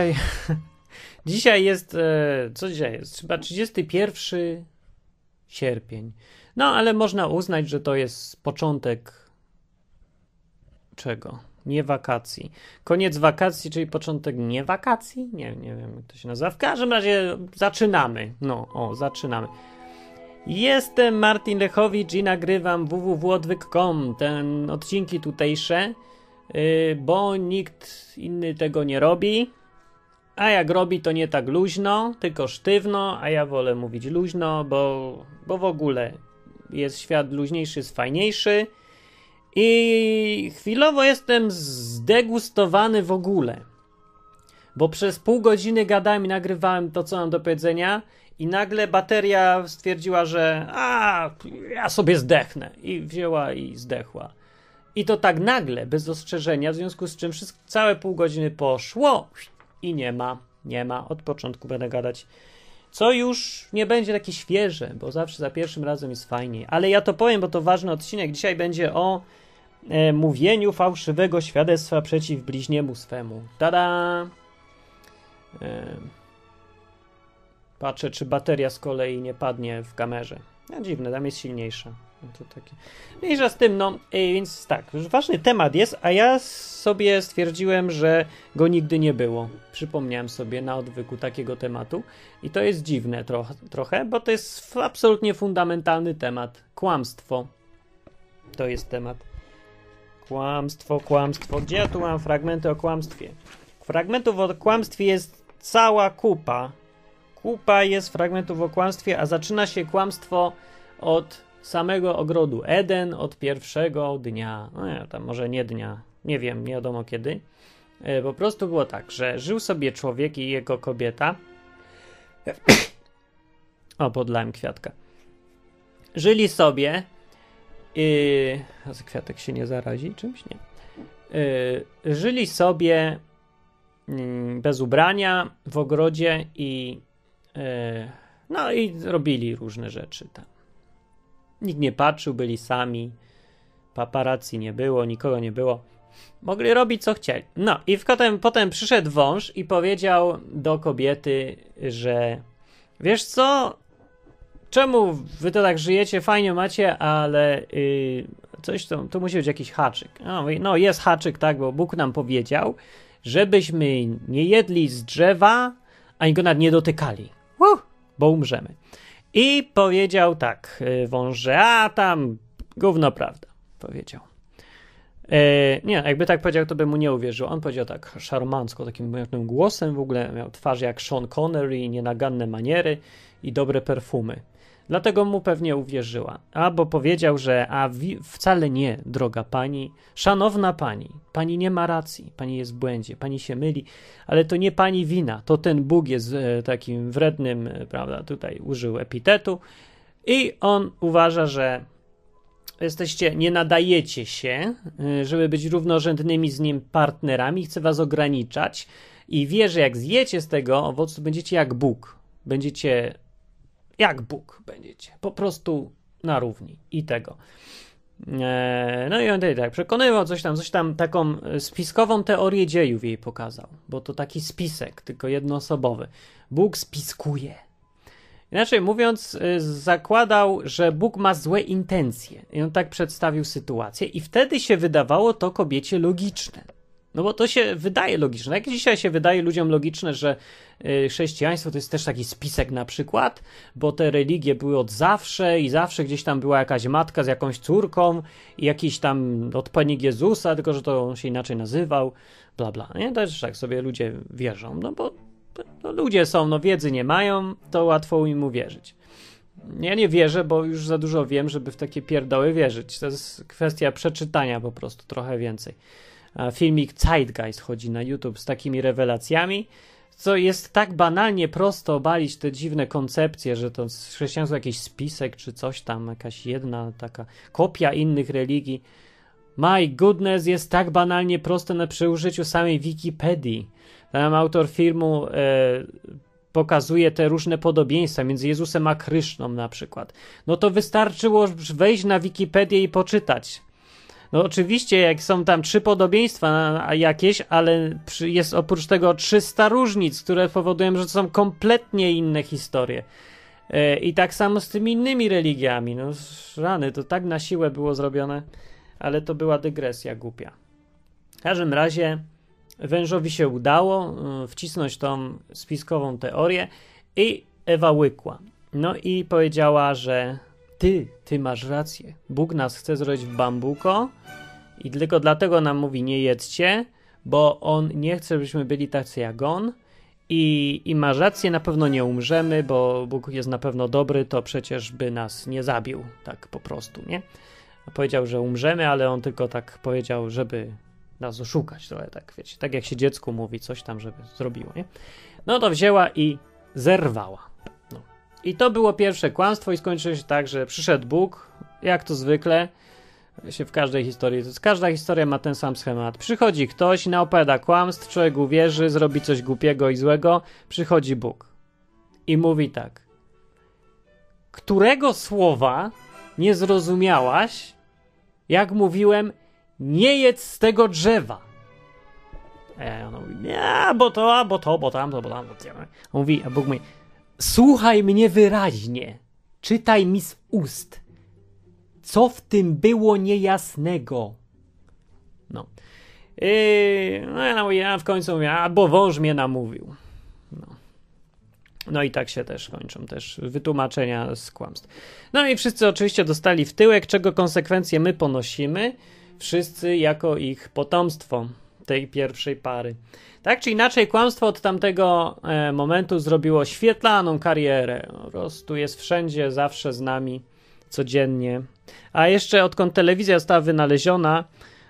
dzisiaj... Dzisiaj jest... Co dzisiaj jest? Chyba 31 sierpień. No, ale można uznać, że to jest początek... Czego? Nie wakacji. Koniec wakacji, czyli początek nie wakacji? Nie wiem, jak to się nazywa. W każdym razie zaczynamy. Zaczynamy. Jestem Martin Lechowicz i nagrywam www.odwyk.com. Ten odcinki tutejsze, bo nikt inny tego nie robi. A jak robi, to nie tak luźno, tylko sztywno, a ja wolę mówić luźno, bo w ogóle jest świat luźniejszy, jest fajniejszy. I chwilowo jestem zdegustowany w ogóle, bo przez pół godziny gadałem i nagrywałem to, co mam do powiedzenia i nagle bateria stwierdziła, że ja sobie zdechnę i wzięła i zdechła. I to tak nagle, bez ostrzeżenia, w związku z czym całe pół godziny poszło i nie ma. Od początku będę gadać, co już nie będzie takie świeże, bo zawsze za pierwszym razem jest fajniej. Ale ja to powiem, bo to ważny odcinek. Dzisiaj będzie o mówieniu fałszywego świadectwa przeciw bliźniemu swemu. Tada! Patrzę, czy bateria z kolei nie padnie w kamerze. Dziwne, tam jest silniejsza. To takie... Mniejsza z tym, więc tak, już ważny temat jest, a ja sobie stwierdziłem, że go nigdy nie było. Przypomniałem sobie na odwyku takiego tematu i to jest dziwne trochę, bo to jest absolutnie fundamentalny temat. Kłamstwo. To jest temat. Kłamstwo. Gdzie ja tu mam fragmenty o kłamstwie? Fragmentów o kłamstwie jest cała kupa. Kupa jest fragmentów o kłamstwie, a zaczyna się kłamstwo od samego ogrodu Eden, od pierwszego dnia. Tam może nie dnia, nie wiem, nie wiadomo kiedy. Po prostu było tak, że żył sobie człowiek i jego kobieta. Podlałem kwiatka. Żyli sobie. Kwiatek się nie zarazi czymś? Nie. Żyli sobie bez ubrania w ogrodzie i robili różne rzeczy tam. Nikt nie patrzył, byli sami. Paparazzi nie było, nikogo nie było. Mogli robić, co chcieli. No i potem przyszedł wąż i powiedział do kobiety, że wiesz co? Czemu wy to tak żyjecie? Fajnie macie, ale coś to musi być jakiś haczyk. No jest haczyk, tak, bo Bóg nam powiedział, żebyśmy nie jedli z drzewa, ani go nawet nie dotykali. Bo umrzemy. I powiedział tak wąż, że tam gówno prawda, powiedział. Nie, jakby tak powiedział, to by mu nie uwierzył. On powiedział tak szarmancko, takim mocnym głosem, w ogóle miał twarz jak Sean Connery, nienaganne maniery i dobre perfumy. Dlatego mu pewnie uwierzyła. Bo powiedział, że wcale nie, droga pani, szanowna pani nie ma racji, pani jest w błędzie, pani się myli, ale to nie pani wina, to ten Bóg jest takim wrednym, prawda, tutaj użył epitetu i on uważa, że nie nadajecie się, żeby być równorzędnymi z nim partnerami, chce was ograniczać i wie, że jak zjecie z tego owocu, będziecie jak Bóg, po prostu na równi i tego. No i on tak przekonywał, coś tam, taką spiskową teorię dziejów jej pokazał, bo to taki spisek, tylko jednoosobowy. Bóg spiskuje. Inaczej mówiąc, zakładał, że Bóg ma złe intencje. I on tak przedstawił sytuację i wtedy się wydawało to kobiecie logiczne. No bo to się wydaje logiczne. Jak dzisiaj się wydaje ludziom logiczne, że chrześcijaństwo to jest też taki spisek na przykład, bo te religie były od zawsze i zawsze gdzieś tam była jakaś matka z jakąś córką i jakiś tam odpowiednik Jezusa, tylko że to on się inaczej nazywał, bla bla. Nie? Też tak sobie ludzie wierzą, no bo ludzie są, wiedzy nie mają, to łatwo im uwierzyć. Ja nie wierzę, bo już za dużo wiem, żeby w takie pierdoły wierzyć. To jest kwestia przeczytania po prostu, trochę więcej. Filmik Zeitgeist chodzi na YouTube z takimi rewelacjami, co jest tak banalnie prosto obalić te dziwne koncepcje, że to chrześcijaństwo jakiś spisek czy coś tam, jakaś jedna taka kopia innych religii. My goodness, jest tak banalnie proste przy użyciu samej Wikipedii. Tam autor filmu pokazuje te różne podobieństwa między Jezusem a Kryszną na przykład. No to wystarczyło wejść na Wikipedię i poczytać. No oczywiście, jak są tam 3 podobieństwa jakieś, ale jest oprócz tego 300 różnic, które powodują, że to są kompletnie inne historie. I tak samo z tymi innymi religiami. No rany, to tak na siłę było zrobione, ale to była dygresja głupia. W każdym razie wężowi się udało wcisnąć tą spiskową teorię i Ewa łykła. No i powiedziała, że ty masz rację. Bóg nas chce zrobić w bambuko i tylko dlatego nam mówi nie jedzcie, bo on nie chce, żebyśmy byli tacy jak on i masz rację, na pewno nie umrzemy, bo Bóg jest na pewno dobry, to przecież by nas nie zabił tak po prostu, nie? A powiedział, że umrzemy, ale on tylko tak powiedział, żeby nas oszukać trochę, tak wiecie, tak jak się dziecku mówi, coś tam, żeby zrobiło, nie? No to wzięła i zerwała. No. I to było pierwsze kłamstwo i skończyło się tak, że przyszedł Bóg, jak to zwykle, się w każdej historii, każda historia ma ten sam schemat. Przychodzi ktoś, naopowiada kłamstw, człowiek uwierzy, zrobi coś głupiego i złego, przychodzi Bóg i mówi tak: którego słowa nie zrozumiałaś, jak mówiłem, nie jedz z tego drzewa? Ona mówi, nie, bo tamto. On mówi, a Bóg mówi, słuchaj mnie wyraźnie, czytaj mi z ust, co w tym było niejasnego. No. No ja mówi, a w końcu mówię, bo wąż mnie namówił. No i tak się też kończą też wytłumaczenia z kłamstw. No i wszyscy oczywiście dostali w tyłek, czego konsekwencje my ponosimy, wszyscy jako ich potomstwo tej pierwszej pary. Tak czy inaczej, kłamstwo od tamtego momentu zrobiło świetlaną karierę. Po prostu jest wszędzie, zawsze z nami, codziennie. A jeszcze odkąd telewizja została wynaleziona,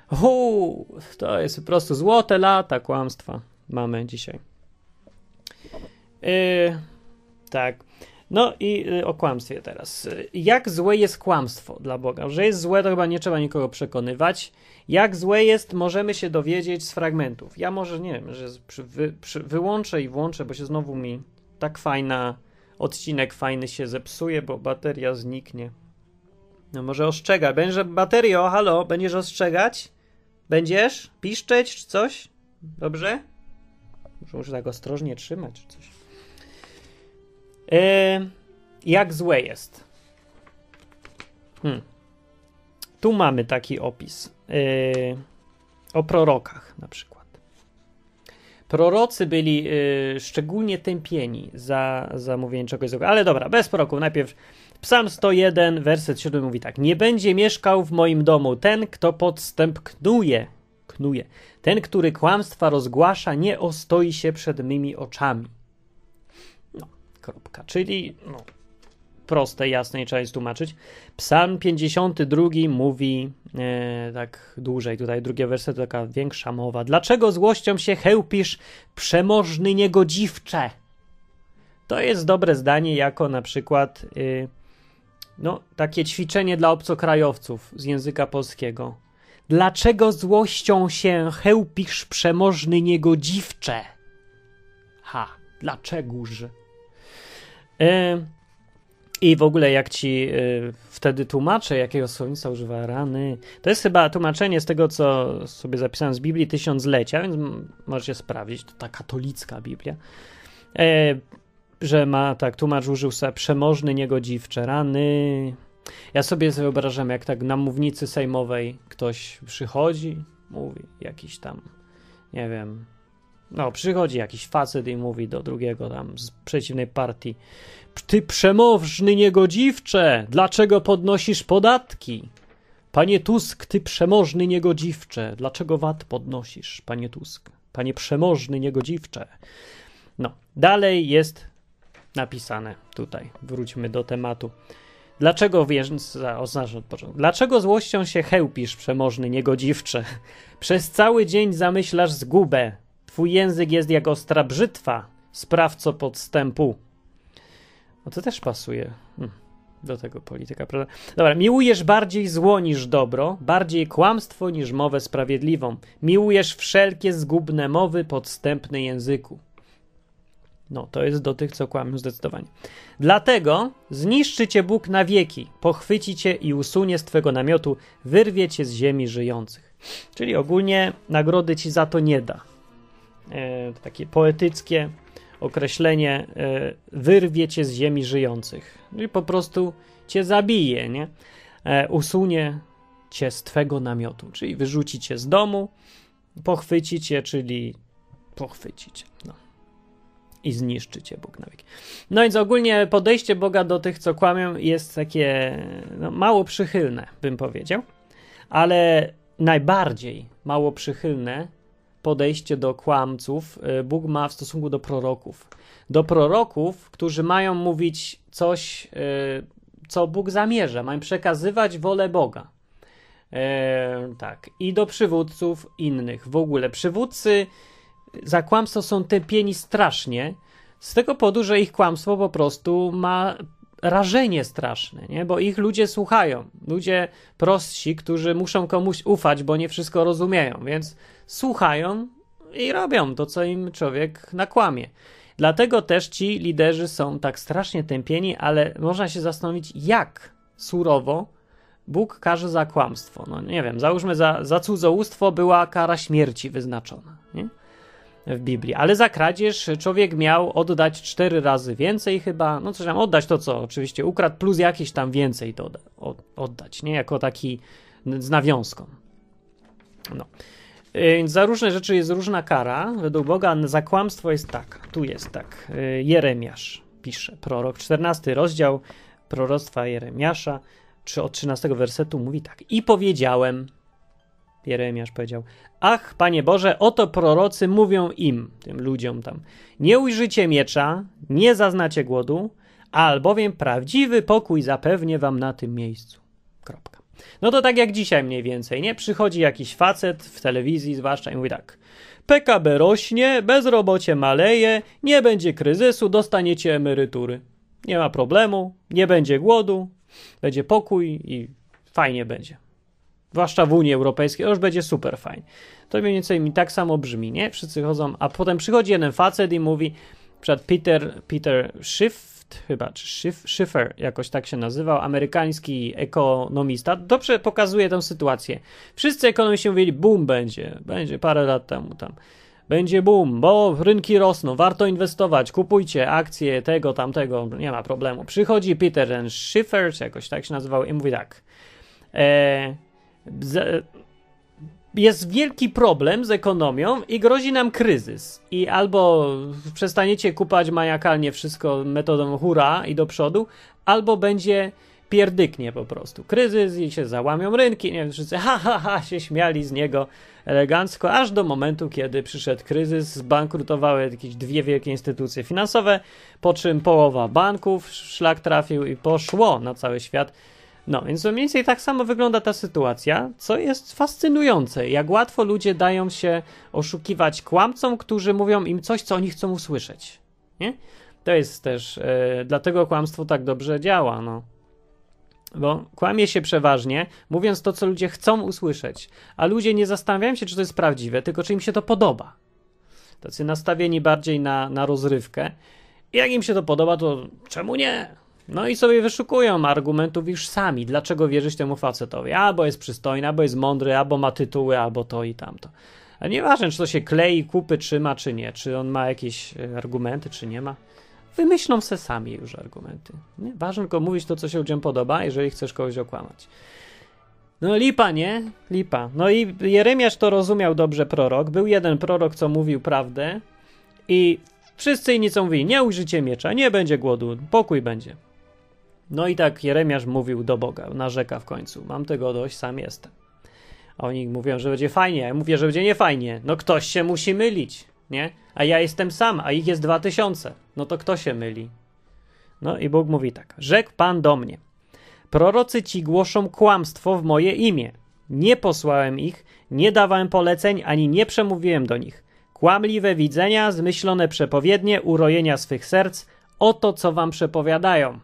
to jest po prostu złote lata kłamstwa mamy dzisiaj. Tak. No i o kłamstwie teraz. Jak złe jest kłamstwo dla Boga? Że jest złe, to chyba nie trzeba nikogo przekonywać. Jak złe jest, możemy się dowiedzieć z fragmentów. Ja może, nie wiem, że wyłączę i włączę, bo się znowu mi tak odcinek fajny się zepsuje, bo bateria zniknie. No może ostrzega. Będzie baterio, halo, będziesz ostrzegać? Będziesz piszczeć czy coś? Dobrze? Muszę tak ostrożnie trzymać czy coś. Jak złe jest? Tu mamy taki opis o prorokach na przykład. Prorocy byli szczególnie tępieni za mówienie czegoś złego. Ale dobra, bez proroków. Najpierw Psalm 101, werset 7 mówi tak: nie będzie mieszkał w moim domu ten, kto podstęp knuje. Ten, który kłamstwa rozgłasza, nie ostoi się przed mymi oczami. No, kropka. Czyli proste, jasne i trzeba jest tłumaczyć. Psalm 52 mówi tak dłużej, tutaj drugie wersety, taka większa mowa. Dlaczego złością się chełpisz, przemożny niegodziwcze? To jest dobre zdanie jako na przykład takie ćwiczenie dla obcokrajowców z języka polskiego. Dlaczego złością się chełpisz, przemożny niegodziwcze? Dlaczegoż? I w ogóle jak ci wtedy tłumaczę, jakiego słownictwa używa, rany, to jest chyba tłumaczenie z tego, co sobie zapisałem z Biblii Tysiąclecia, więc możecie sprawdzić, to ta katolicka Biblia, że ma, tak, tłumacz użył sobie przemożny niegodziwcze, rany. Ja sobie wyobrażam, jak tak na mównicy sejmowej ktoś przychodzi, mówi jakiś tam, nie wiem, przychodzi jakiś facet i mówi do drugiego tam z przeciwnej partii: ty przemożny niegodziwcze, dlaczego podnosisz podatki? Panie Tusk, ty przemożny niegodziwcze, dlaczego VAT podnosisz, panie Tusk? Panie przemożny niegodziwcze. Dalej jest napisane tutaj, wróćmy do tematu. Dlaczego, oznacza od początku, dlaczego złością się chełpisz, przemożny niegodziwcze? Przez cały dzień zamyślasz zgubę. Twój język jest jak ostra brzytwa, sprawco podstępu. To też pasuje do tego polityka, prawda? Dobra, miłujesz bardziej zło niż dobro, bardziej kłamstwo niż mowę sprawiedliwą. Miłujesz wszelkie zgubne mowy, podstępny języku. No, to jest do tych, co kłamią zdecydowanie. Dlatego zniszczy cię Bóg na wieki, pochwyci cię i usunie z twego namiotu, wyrwie cię z ziemi żyjących. Czyli ogólnie nagrody ci za to nie da. Takie poetyckie określenie, wyrwie cię z ziemi żyjących. Czyli po prostu cię zabije, nie? Usunie cię z twego namiotu, czyli wyrzuci cię z domu, pochwyci cię, czyli pochwycić. No. I zniszczy cię Bóg na wieki. No więc ogólnie podejście Boga do tych, co kłamią, jest takie mało przychylne, bym powiedział. Ale najbardziej mało przychylne podejście do kłamców Bóg ma w stosunku do proroków. Do proroków, którzy mają mówić coś, co Bóg zamierza. Mają przekazywać wolę Boga. Tak. I do przywódców innych. W ogóle przywódcy za kłamstwo są tępieni strasznie, z tego powodu, że ich kłamstwo po prostu ma rażenie straszne, nie? Bo ich ludzie słuchają. Ludzie prostsi, którzy muszą komuś ufać, bo nie wszystko rozumieją, więc słuchają i robią to, co im człowiek nakłamie. Dlatego też ci liderzy są tak strasznie tępieni, ale można się zastanowić, jak surowo Bóg karze za kłamstwo. No nie wiem, załóżmy za cudzołóstwo była kara śmierci wyznaczona, nie? W Biblii, ale za kradzież człowiek miał oddać 4 razy więcej chyba, no coś tam oddać to, co oczywiście ukradł, plus jakieś tam więcej oddać, nie? Jako taki z nawiązką. No. Więc za różne rzeczy jest różna kara. Według Boga za kłamstwo jest tak. Tu jest tak. Jeremiasz pisze, prorok, 14 rozdział proroctwa Jeremiasza, czy od 13 wersetu mówi tak. I powiedziałem, Jeremiasz powiedział, ach, Panie Boże, oto prorocy mówią im, tym ludziom tam, nie ujrzycie miecza, nie zaznacie głodu, albowiem prawdziwy pokój zapewnię wam na tym miejscu. Kropka. No to tak jak dzisiaj mniej więcej, nie? Przychodzi jakiś facet w telewizji zwłaszcza i mówi tak, PKB rośnie, bezrobocie maleje, nie będzie kryzysu, dostaniecie emerytury. Nie ma problemu, nie będzie głodu, będzie pokój i fajnie będzie. Zwłaszcza w Unii Europejskiej, już będzie super fajnie. To mniej więcej mi tak samo brzmi, nie? Wszyscy chodzą, a potem przychodzi jeden facet i mówi, przykład Peter Schiff, chyba, czy Schiffer, jakoś tak się nazywał, amerykański ekonomista, dobrze pokazuje tę sytuację. Wszyscy ekonomiści mówili, boom będzie parę lat temu tam. Będzie boom, bo rynki rosną, warto inwestować, kupujcie akcje tego, tamtego, nie ma problemu. Przychodzi Peter Schiffer, czy jakoś tak się nazywał i mówi tak, jest wielki problem z ekonomią i grozi nam kryzys. I albo przestaniecie kupować maniakalnie wszystko metodą hura i do przodu, albo będzie pierdyknie po prostu. Kryzys i się załamią rynki. Nie wiem, wszyscy się śmiali z niego elegancko, aż do momentu, kiedy przyszedł kryzys, zbankrutowały jakieś 2 wielkie instytucje finansowe, po czym połowa banków szlak trafił i poszło na cały świat. No, więc mniej więcej tak samo wygląda ta sytuacja, co jest fascynujące, jak łatwo ludzie dają się oszukiwać kłamcom, którzy mówią im coś, co oni chcą usłyszeć, nie? To jest też, dlatego kłamstwo tak dobrze działa, no. Bo kłamie się przeważnie, mówiąc to, co ludzie chcą usłyszeć, a ludzie nie zastanawiają się, czy to jest prawdziwe, tylko czy im się to podoba. Tacy nastawieni bardziej na rozrywkę. I jak im się to podoba, to czemu nie? No i sobie wyszukują argumentów już sami, dlaczego wierzyć temu facetowi. Albo jest przystojny, albo jest mądry, albo ma tytuły, albo to i tamto. A nieważne, czy to się klei, kupy trzyma, czy nie. Czy on ma jakieś argumenty, czy nie ma. Wymyślą se sami już argumenty. Nie? Ważne tylko mówić to, co się ludziom podoba, jeżeli chcesz kogoś okłamać. No lipa, nie? Lipa. No i Jeremiasz to rozumiał dobrze, prorok. Był jeden prorok, co mówił prawdę i wszyscy inni co mówili, nie ujrzycie miecza, nie będzie głodu, pokój będzie. No i tak Jeremiasz mówił do Boga, narzeka w końcu. Mam tego dość, sam jestem. A oni mówią, że będzie fajnie, ja mówię, że będzie niefajnie. No ktoś się musi mylić, nie? A ja jestem sam, a ich jest 2000. No to kto się myli? No i Bóg mówi tak. Rzekł Pan do mnie. Prorocy ci głoszą kłamstwo w moje imię. Nie posłałem ich, nie dawałem poleceń, ani nie przemówiłem do nich. Kłamliwe widzenia, zmyślone przepowiednie, urojenia swych serc, oto co wam przepowiadają.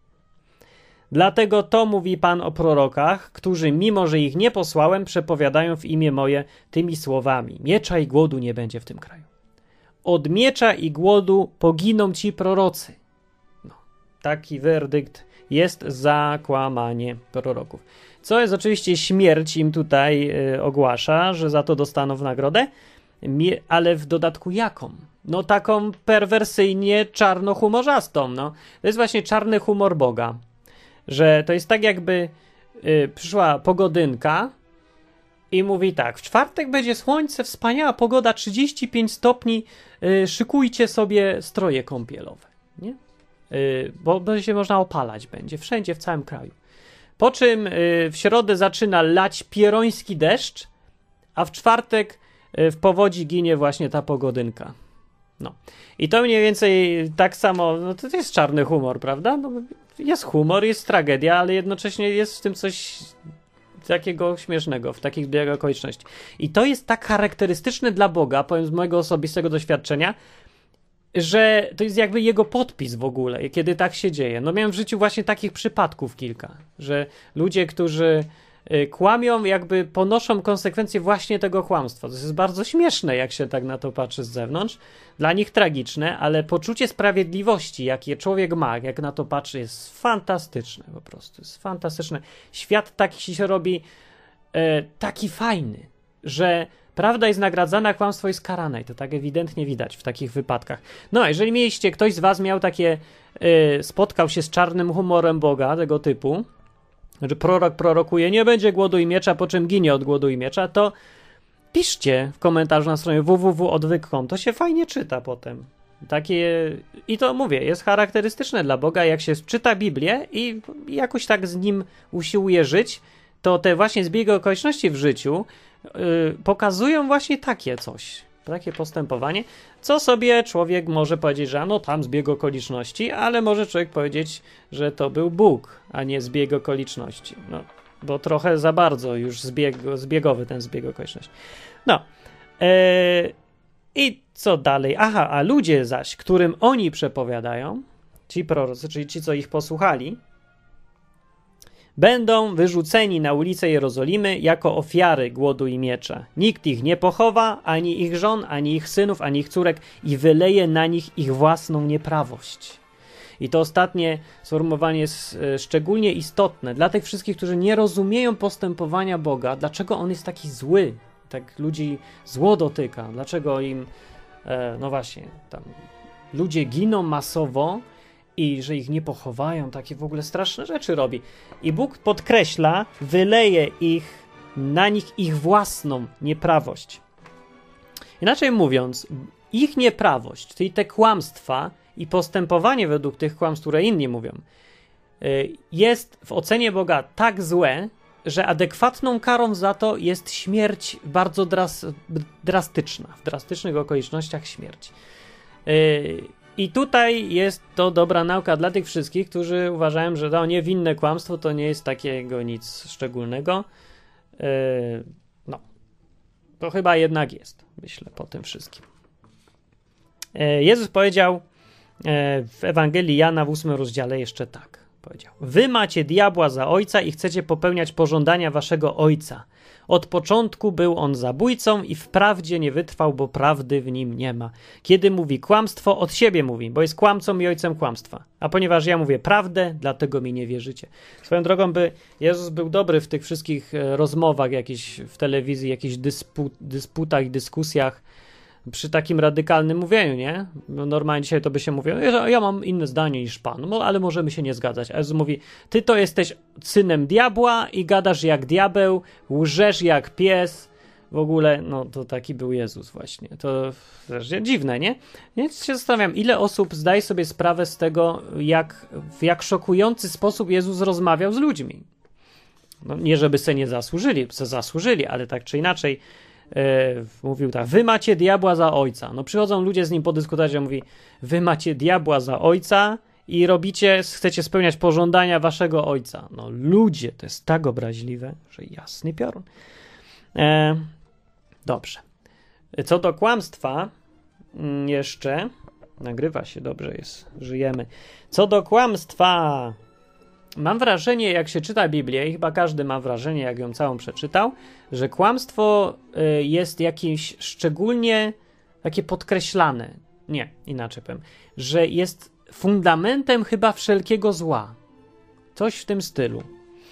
Dlatego to mówi Pan o prorokach, którzy mimo, że ich nie posłałem, przepowiadają w imię moje tymi słowami. Miecza i głodu nie będzie w tym kraju. od miecza i głodu poginą ci prorocy. No, taki werdykt jest za kłamanie proroków. Co jest oczywiście śmierć im tutaj ogłasza, że za to dostaną w nagrodę, ale w dodatku jaką? No taką perwersyjnie czarnohumorzastą. No. To jest właśnie czarny humor Boga, że to jest tak jakby przyszła pogodynka i mówi tak, w czwartek będzie słońce, wspaniała pogoda, 35 stopni, szykujcie sobie stroje kąpielowe, nie? Bo się można opalać będzie, wszędzie, w całym kraju. Po czym w środę zaczyna lać pieroński deszcz, a w czwartek w powodzi ginie właśnie ta pogodynka. No. I to mniej więcej tak samo, no to jest czarny humor, prawda? No, jest humor, jest tragedia, ale jednocześnie jest w tym coś takiego śmiesznego, w takich zbiegach okoliczności. I to jest tak charakterystyczne dla Boga, powiem z mojego osobistego doświadczenia, że to jest jakby jego podpis w ogóle, kiedy tak się dzieje. No miałem w życiu właśnie takich przypadków kilka, że ludzie, którzy kłamią, jakby ponoszą konsekwencje właśnie tego kłamstwa. To jest bardzo śmieszne, jak się tak na to patrzy z zewnątrz. Dla nich tragiczne, ale poczucie sprawiedliwości, jakie człowiek ma, jak na to patrzy, jest fantastyczne po prostu. Jest fantastyczne. Świat taki się robi taki fajny, że prawda jest nagradzana, kłamstwo jest karane i to tak ewidentnie widać w takich wypadkach. No, jeżeli ktoś z was miał takie, spotkał się z czarnym humorem Boga, tego typu, że prorok prorokuje, nie będzie głodu i miecza, po czym ginie od głodu i miecza, to piszcie w komentarzu na stronie www.odwyk.com, to się fajnie czyta potem. Takie, i to mówię, jest charakterystyczne dla Boga, jak się czyta Biblię i jakoś tak z nim usiłuje żyć, to te właśnie zbiegi okoliczności w życiu pokazują właśnie takie coś, takie postępowanie, co sobie człowiek może powiedzieć, że no tam zbieg okoliczności, ale może człowiek powiedzieć, że to był Bóg, a nie zbieg okoliczności. No, bo trochę za bardzo już zbiegowy ten zbieg okoliczności. No. I co dalej? Aha, a ludzie zaś, którym oni przepowiadają, ci prorocy, czyli ci, co ich posłuchali, będą wyrzuceni na ulice Jerozolimy jako ofiary głodu i miecza. Nikt ich nie pochowa, ani ich żon, ani ich synów, ani ich córek i wyleje na nich ich własną nieprawość. I to ostatnie sformułowanie jest szczególnie istotne dla tych wszystkich, którzy nie rozumieją postępowania Boga, dlaczego On jest taki zły, tak ludzi zło dotyka, dlaczego im, no właśnie, tam ludzie giną masowo, i że ich nie pochowają, takie w ogóle straszne rzeczy robi. I Bóg podkreśla, wyleje na nich ich własną nieprawość. Inaczej mówiąc, ich nieprawość, czyli te kłamstwa i postępowanie według tych kłamstw, które inni mówią, jest w ocenie Boga tak złe, że adekwatną karą za to jest śmierć bardzo drastyczna. W drastycznych okolicznościach śmierć. I tutaj jest to dobra nauka dla tych wszystkich, którzy uważają, że to niewinne kłamstwo to nie jest takiego nic szczególnego. No, to chyba jednak jest, myślę, po tym wszystkim. Jezus powiedział w Ewangelii Jana w 8 rozdziale jeszcze tak. Powiedział: wy macie diabła za ojca i chcecie popełniać pożądania waszego ojca. Od początku był on zabójcą i wprawdzie nie wytrwał, bo prawdy w nim nie ma. Kiedy mówi kłamstwo, od siebie mówi, bo jest kłamcą i ojcem kłamstwa. A ponieważ ja mówię prawdę, dlatego mi nie wierzycie. Swoją drogą Jezus był dobry w tych wszystkich rozmowach jakichś w telewizji, jakichś dysputach i dyskusjach przy takim radykalnym mówieniu, nie? No normalnie dzisiaj to by się mówiło, ja mam inne zdanie niż pan, no, ale możemy się nie zgadzać. A Jezus mówi, ty to jesteś synem diabła i gadasz jak diabeł, łżesz jak pies. W ogóle, no to taki był Jezus właśnie. To też dziwne, nie? Więc się zastanawiam, ile osób zdaje sobie sprawę z tego, w jak szokujący sposób Jezus rozmawiał z ludźmi. No, nie żeby se nie zasłużyli, ale tak czy inaczej mówił tak, wy macie diabła za ojca. No przychodzą ludzie z nim podyskutować, a mówi, wy macie diabła za ojca i chcecie spełniać pożądania waszego ojca. No ludzie, to jest tak obraźliwe, że jasny piorun. Dobrze. Co do kłamstwa jeszcze, nagrywa się, dobrze jest, żyjemy. Co do kłamstwa, mam wrażenie, jak się czyta Biblię, i chyba każdy ma wrażenie, jak ją całą przeczytał, że kłamstwo jest jakimś szczególnie takie podkreślane. Nie, inaczej powiem. Że jest fundamentem chyba wszelkiego zła. Coś w tym stylu.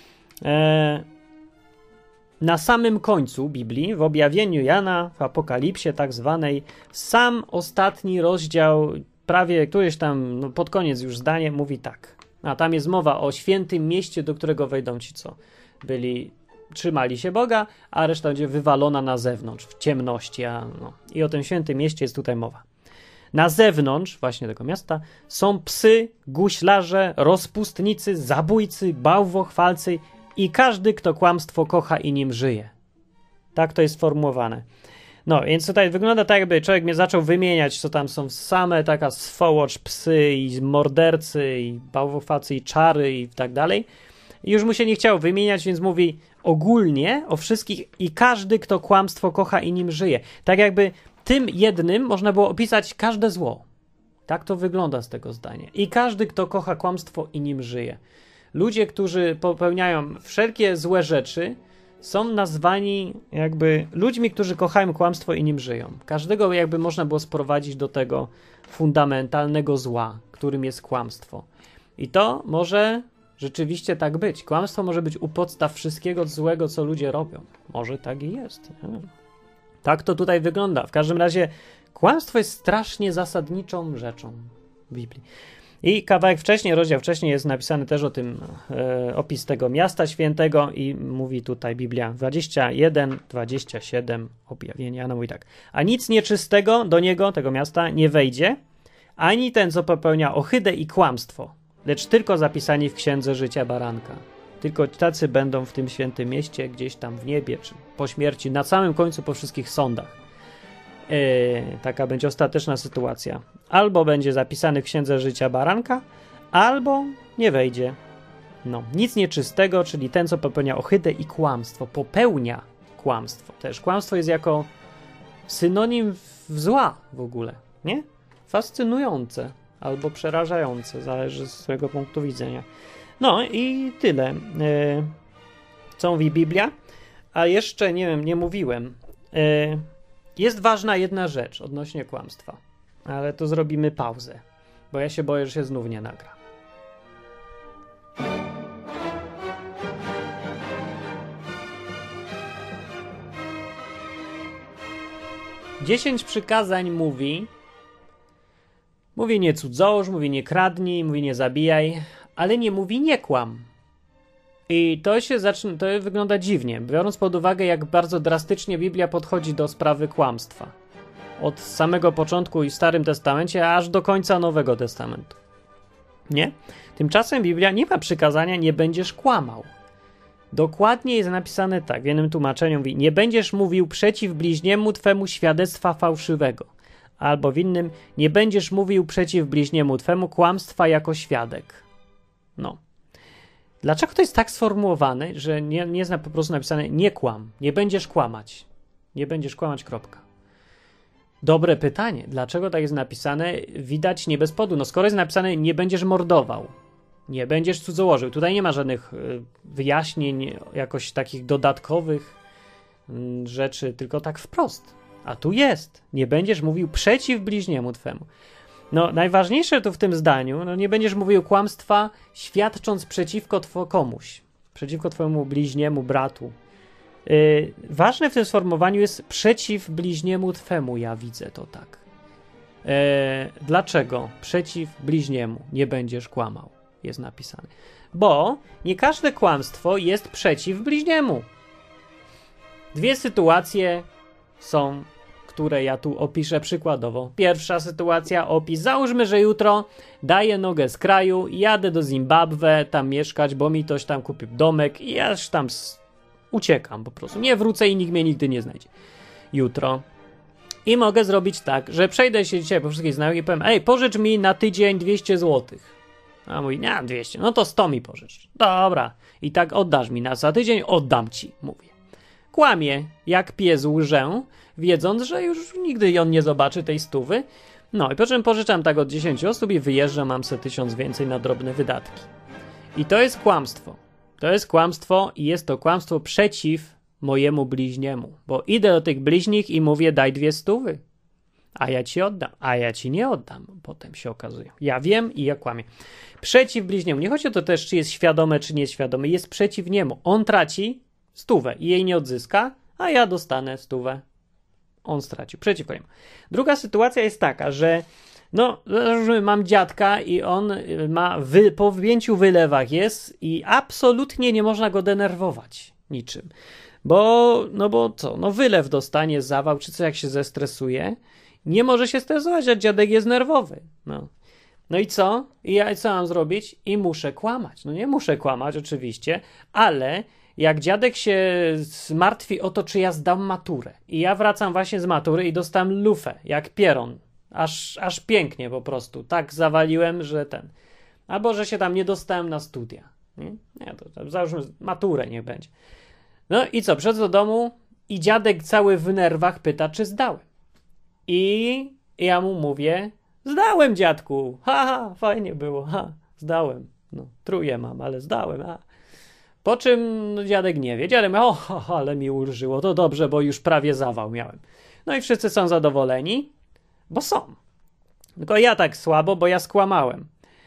Na samym końcu Biblii, w objawieniu Jana, w Apokalipsie tak zwanej, sam ostatni rozdział, prawie któryś tam, no pod koniec już zdanie, mówi tak. A tam jest mowa o świętym mieście, do którego wejdą ci, co trzymali się Boga, a reszta będzie wywalona na zewnątrz, w ciemności. I o tym świętym mieście jest tutaj mowa. Na zewnątrz właśnie tego miasta są psy, guślarze, rozpustnicy, zabójcy, bałwochwalcy i każdy, kto kłamstwo kocha i nim żyje. Tak to jest sformułowane. No, więc tutaj wygląda tak, jakby człowiek mnie zaczął wymieniać, co tam są same taka swołocz, psy i mordercy i bałwochwalcy i czary i tak dalej. I już mu się nie chciał wymieniać, więc mówi ogólnie o wszystkich i każdy, kto kłamstwo kocha i nim żyje. Tak jakby tym jednym można było opisać każde zło. Tak to wygląda z tego zdania. I każdy, kto kocha kłamstwo i nim żyje. Ludzie, którzy popełniają wszelkie złe rzeczy, są nazwani jakby ludźmi, którzy kochają kłamstwo i nim żyją. Każdego jakby można było sprowadzić do tego fundamentalnego zła, którym jest kłamstwo. I to może rzeczywiście tak być. Kłamstwo może być u podstaw wszystkiego złego, co ludzie robią. Może tak i jest. Nie wiem. Tak to tutaj wygląda. W każdym razie kłamstwo jest strasznie zasadniczą rzeczą w Biblii. I kawałek wcześniej, rozdział wcześniej jest napisany też o tym, opis tego miasta świętego i mówi tutaj Biblia 21, 27, objawienie Jana mówi tak. A nic nieczystego do niego, tego miasta, nie wejdzie, ani ten, co popełnia ohydę i kłamstwo, lecz tylko zapisani w księdze życia baranka. Tylko tacy będą w tym świętym mieście, gdzieś tam w niebie, czy po śmierci, na samym końcu, po wszystkich sądach. Taka będzie ostateczna sytuacja. Albo będzie zapisany w księdze życia baranka, albo nie wejdzie. No, nic nieczystego, czyli ten, co popełnia ohydę i kłamstwo, popełnia kłamstwo. Też kłamstwo jest jako synonim zła w ogóle, nie? Fascynujące albo przerażające, zależy z swojego punktu widzenia. No i tyle, co mówi Biblia. A jeszcze, nie wiem, nie mówiłem. Jest ważna jedna rzecz odnośnie kłamstwa, ale to zrobimy pauzę, bo ja się boję, że się znów nie nagra. Dziesięć przykazań mówi nie cudzołóż, mówi nie kradnij, mówi nie zabijaj, ale nie mówi nie kłam. I to wygląda dziwnie, biorąc pod uwagę, jak bardzo drastycznie Biblia podchodzi do sprawy kłamstwa. Od samego początku i w Starym Testamencie, aż do końca Nowego Testamentu. Nie? Tymczasem Biblia nie ma przykazania, nie będziesz kłamał. Dokładnie jest napisane tak, w jednym tłumaczeniu mówi, nie będziesz mówił przeciw bliźniemu twemu świadectwa fałszywego. Albo w innym, nie będziesz mówił przeciw bliźniemu twemu kłamstwa jako świadek. No. Dlaczego to jest tak sformułowane, że nie jest po prostu napisane nie kłam, nie będziesz kłamać. Nie będziesz kłamać, kropka. Dobre pytanie. Dlaczego tak jest napisane? Widać nie bez powodu. No skoro jest napisane nie będziesz mordował, nie będziesz cudzołożył. Tutaj nie ma żadnych wyjaśnień, jakoś takich dodatkowych rzeczy, tylko tak wprost. A tu jest. Nie będziesz mówił przeciw bliźniemu twemu. No, najważniejsze tu w tym zdaniu, no nie będziesz mówił kłamstwa, świadcząc przeciwko komuś, przeciwko twojemu bliźniemu, bratu. Ważne w tym sformułowaniu jest przeciw bliźniemu twemu, ja widzę to tak. Dlaczego przeciw bliźniemu nie będziesz kłamał, jest napisane? Bo nie każde kłamstwo jest przeciw bliźniemu. Dwie sytuacje są, które ja tu opiszę przykładowo. Pierwsza sytuacja, opis. Załóżmy, że jutro daję nogę z kraju, jadę do Zimbabwe, tam mieszkać, bo mi ktoś tam kupił domek i ja już tam uciekam po prostu. Nie wrócę i nikt mnie nigdy nie znajdzie. Jutro. I mogę zrobić tak, że przejdę się dzisiaj po wszystkich znajomych i powiem, ej, pożycz mi na tydzień 200 zł. A mówi, nie, 200, no to 100 mi pożycz. Dobra. I tak oddasz mi za tydzień, oddam ci, mówię. Kłamie, jak pies łżę, wiedząc, że już nigdy on nie zobaczy tej stówy. No i po czym pożyczam tak od 10 osób i wyjeżdżam, mam se 1000 więcej na drobne wydatki. I to jest kłamstwo. To jest kłamstwo i jest to kłamstwo przeciw mojemu bliźniemu. Bo idę do tych bliźnich i mówię, daj 200. a ja ci oddam, a ja ci nie oddam. Potem się okazuje. Ja wiem i ja kłamię. Przeciw bliźniemu. Nie chodzi o to też, czy jest świadome, czy nieświadome. Jest przeciw niemu. On traci 100 i jej nie odzyska, a ja dostanę 100. On stracił. Przeciwko niemu. Druga sytuacja jest taka, że mam dziadka i on ma po 5 wylewach jest i absolutnie nie można go denerwować niczym. Bo co? Wylew dostanie, zawał, czy co, jak się zestresuje. Nie może się stresować, a dziadek jest nerwowy. No i co? I ja co mam zrobić? I muszę kłamać. No nie muszę kłamać oczywiście, ale jak dziadek się martwi o to, czy ja zdam maturę i ja wracam właśnie z matury i dostałem lufę, jak pieron. Aż pięknie po prostu. Tak zawaliłem, że albo że się tam nie dostałem na studia. Nie, to załóżmy maturę niech będzie. No i co? Przychodzę do domu i dziadek cały w nerwach pyta, czy zdałem. I ja mu mówię, zdałem, dziadku. Fajnie było. Zdałem. Trójkę mam, ale zdałem. Po czym dziadek nie wie. Dziadek mówi, ale mi ulżyło. To dobrze, bo już prawie zawał miałem. No i wszyscy są zadowoleni, bo są. Tylko ja tak słabo, bo ja skłamałem.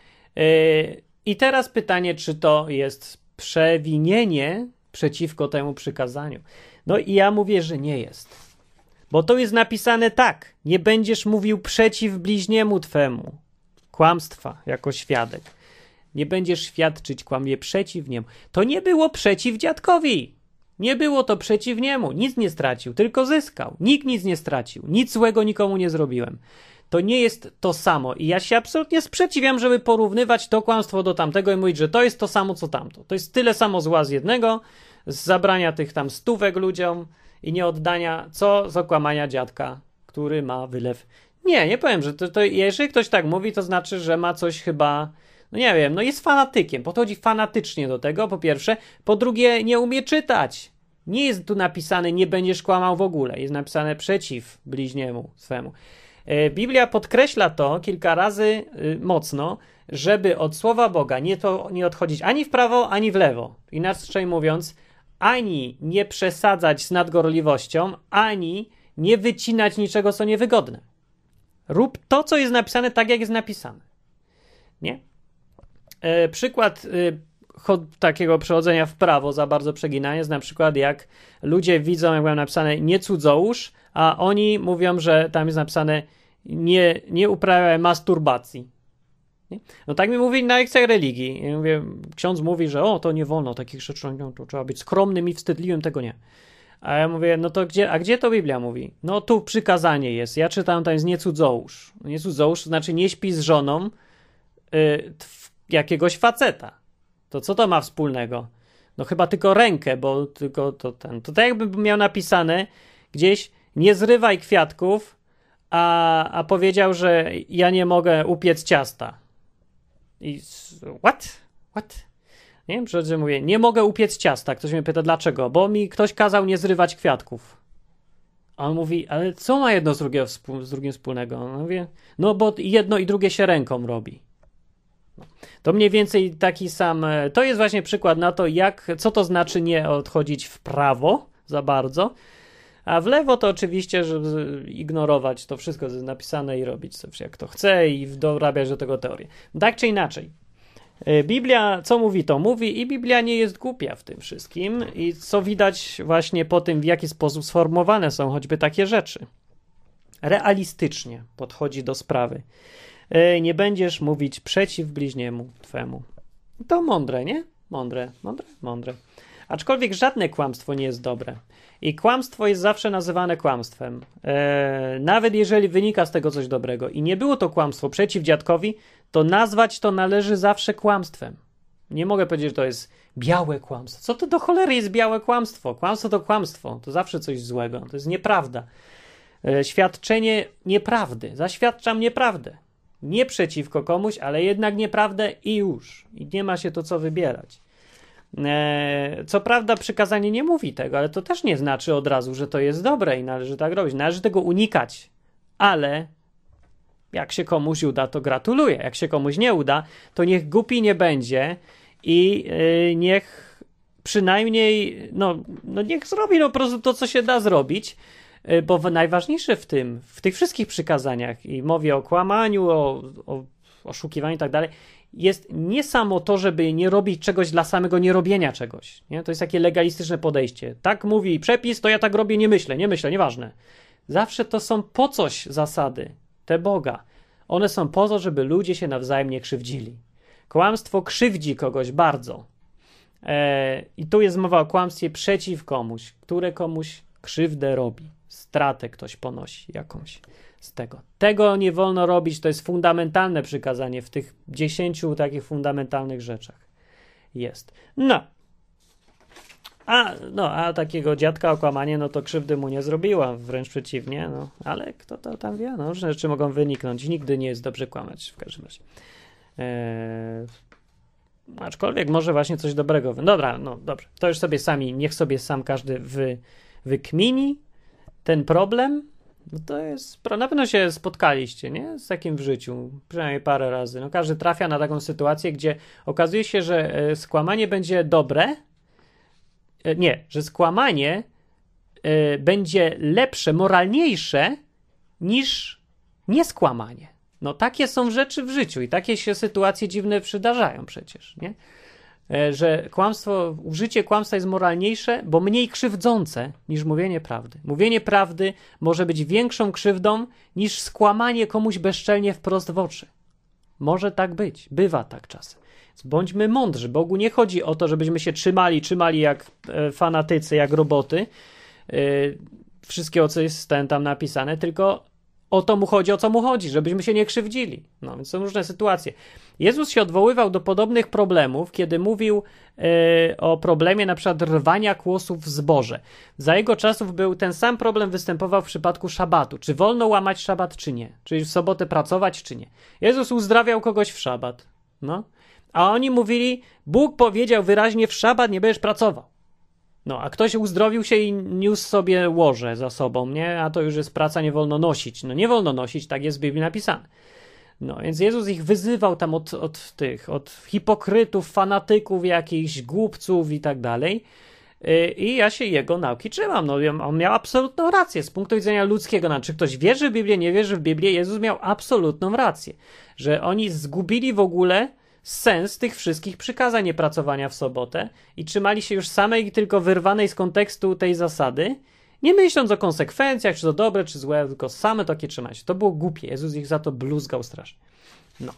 I teraz pytanie, czy to jest przewinienie przeciwko temu przykazaniu. No i ja mówię, że nie jest. Bo to jest napisane tak. Nie będziesz mówił przeciw bliźniemu twemu. Kłamstwa jako świadek. Nie będziesz świadczyć kłamie przeciw niemu. To nie było przeciw dziadkowi. Nie było to przeciw niemu. Nic nie stracił, tylko zyskał. Nikt nic nie stracił. Nic złego nikomu nie zrobiłem. To nie jest to samo. I ja się absolutnie sprzeciwiam, żeby porównywać to kłamstwo do tamtego i mówić, że to jest to samo, co tamto. To jest tyle samo zła z jednego, z zabrania tych tam 100 ludziom i nie oddania, co z okłamania dziadka, który ma wylew. Nie powiem, że to jeżeli ktoś tak mówi, to znaczy, że ma coś chyba, nie wiem, jest fanatykiem. Podchodzi fanatycznie do tego, po pierwsze. Po drugie, nie umie czytać. Nie jest tu napisane, nie będziesz kłamał w ogóle. Jest napisane przeciw bliźniemu swemu. Biblia podkreśla to kilka razy mocno, żeby od słowa Boga nie odchodzić ani w prawo, ani w lewo. Inaczej mówiąc, ani nie przesadzać z nadgorliwością, ani nie wycinać niczego, co niewygodne. Rób to, co jest napisane, tak jak jest napisane. Nie? Przykład takiego przechodzenia w prawo, za bardzo przeginania, jest na przykład jak ludzie widzą, jak mam napisane nie cudzołóż, a oni mówią, że tam jest napisane nie uprawiaj masturbacji. Nie? Tak mi mówi na lekcjach religii. Ja mówię, ksiądz mówi, że to nie wolno takich rzeczy, to trzeba być skromnym i wstydliwym, tego nie. A ja mówię, to gdzie to Biblia mówi? Tu przykazanie jest. Ja czytam, tam jest nie cudzołóż. Nie cudzołóż to znaczy nie śpi z żoną jakiegoś faceta. To co to ma wspólnego? Chyba tylko rękę, bo tylko to tak jakby miał napisane gdzieś nie zrywaj kwiatków, a powiedział, że ja nie mogę upiec ciasta. I what? Nie wiem, że mówię, nie mogę upiec ciasta. Ktoś mnie pyta, dlaczego? Bo mi ktoś kazał nie zrywać kwiatków. A on mówi, ale co ma jedno z drugim wspólnego? Mówię, bo jedno i drugie się ręką robi. To mniej więcej taki sam, to jest właśnie przykład na to, co to znaczy nie odchodzić w prawo za bardzo, a w lewo to oczywiście, żeby ignorować to wszystko, co jest napisane i robić coś jak to chce i dorabiać do tego teorię. Tak czy inaczej, Biblia co mówi, to mówi i Biblia nie jest głupia w tym wszystkim i co widać właśnie po tym, w jaki sposób sformułowane są choćby takie rzeczy. Realistycznie podchodzi do sprawy. Nie będziesz mówić przeciw bliźniemu twemu. To mądre, nie? Mądre. Aczkolwiek żadne kłamstwo nie jest dobre. I kłamstwo jest zawsze nazywane kłamstwem. Nawet jeżeli wynika z tego coś dobrego. I nie było to kłamstwo przeciw dziadkowi, to nazwać to należy zawsze kłamstwem. Nie mogę powiedzieć, że to jest białe kłamstwo. Co to do cholery jest białe kłamstwo? Kłamstwo to kłamstwo. To zawsze coś złego. To jest nieprawda. Świadczenie nieprawdy. Zaświadczam nieprawdę. Nie przeciwko komuś, ale jednak nieprawdę i już. I nie ma się to co wybierać. Co prawda przykazanie nie mówi tego, ale to też nie znaczy od razu, że to jest dobre i należy tak robić. Należy tego unikać, ale jak się komuś uda, to gratuluję. Jak się komuś nie uda, to niech głupi nie będzie i niech przynajmniej niech zrobi po prostu to, co się da zrobić. Bo najważniejsze w tych wszystkich przykazaniach i mowie o kłamaniu, o oszukiwaniu i tak dalej, jest nie samo to, żeby nie robić czegoś dla samego nierobienia czegoś. Nie? To jest takie legalistyczne podejście. Tak mówi przepis, to ja tak robię, nie myślę, nieważne. Zawsze to są po coś zasady, te Boga. One są po to, żeby ludzie się nawzajem nie krzywdzili. Kłamstwo krzywdzi kogoś bardzo. I tu jest mowa o kłamstwie przeciw komuś, które komuś krzywdę robi. Stratę ktoś ponosi jakąś z tego. Tego nie wolno robić, to jest fundamentalne przykazanie w tych 10 takich fundamentalnych rzeczach. Jest. A takiego dziadka okłamanie, no to krzywdy mu nie zrobiła, wręcz przeciwnie, no. Ale kto to tam wie? No, różne rzeczy mogą wyniknąć. Nigdy nie jest dobrze kłamać, w każdym razie. Aczkolwiek może właśnie coś dobrego. Dobra, no dobrze. To już sobie niech sobie sam każdy wykmini ten problem. No to jest, na pewno się spotkaliście, nie? Z takim w życiu, przynajmniej parę razy. No każdy trafia na taką sytuację, gdzie okazuje się, że skłamanie będzie dobre. Że skłamanie będzie lepsze, moralniejsze niż nieskłamanie. No takie są rzeczy w życiu i takie się sytuacje dziwne przydarzają przecież, nie? Że użycie kłamstwa jest moralniejsze, bo mniej krzywdzące niż mówienie prawdy. Mówienie prawdy może być większą krzywdą niż skłamanie komuś bezczelnie wprost w oczy. Może tak być, bywa tak czasem. Więc bądźmy mądrzy. Bogu nie chodzi o to, żebyśmy się trzymali jak fanatycy, jak roboty, wszystkiego, co jest tam napisane, tylko o to mu chodzi, o co mu chodzi, żebyśmy się nie krzywdzili. No więc są różne sytuacje. Jezus się odwoływał do podobnych problemów, kiedy mówił o problemie na przykład rwania kłosów w zboże. Za jego czasów ten sam problem występował w przypadku szabatu. Czy wolno łamać szabat, czy nie? Czyli w sobotę pracować, czy nie? Jezus uzdrawiał kogoś w szabat. No. A oni mówili, Bóg powiedział wyraźnie, w szabat nie będziesz pracował. No, a ktoś uzdrowił się i niósł sobie łoże za sobą, nie? A to już jest praca, nie wolno nosić. No nie wolno nosić, tak jest w Biblii napisane. No, więc Jezus ich wyzywał tam od hipokrytów, fanatyków, jakichś głupców i tak dalej. I ja się jego nauki trzymam. No, on miał absolutną rację z punktu widzenia ludzkiego. No, czy ktoś wierzy w Biblię, nie wierzy w Biblię, Jezus miał absolutną rację. Że oni zgubili w ogóle sens tych wszystkich przykazań niepracowania w sobotę i trzymali się już samej tylko wyrwanej z kontekstu tej zasady, nie myśląc o konsekwencjach, czy to dobre, czy złe, tylko same takie trzymali się. To było głupie. Jezus ich za to bluzgał strasznie. No.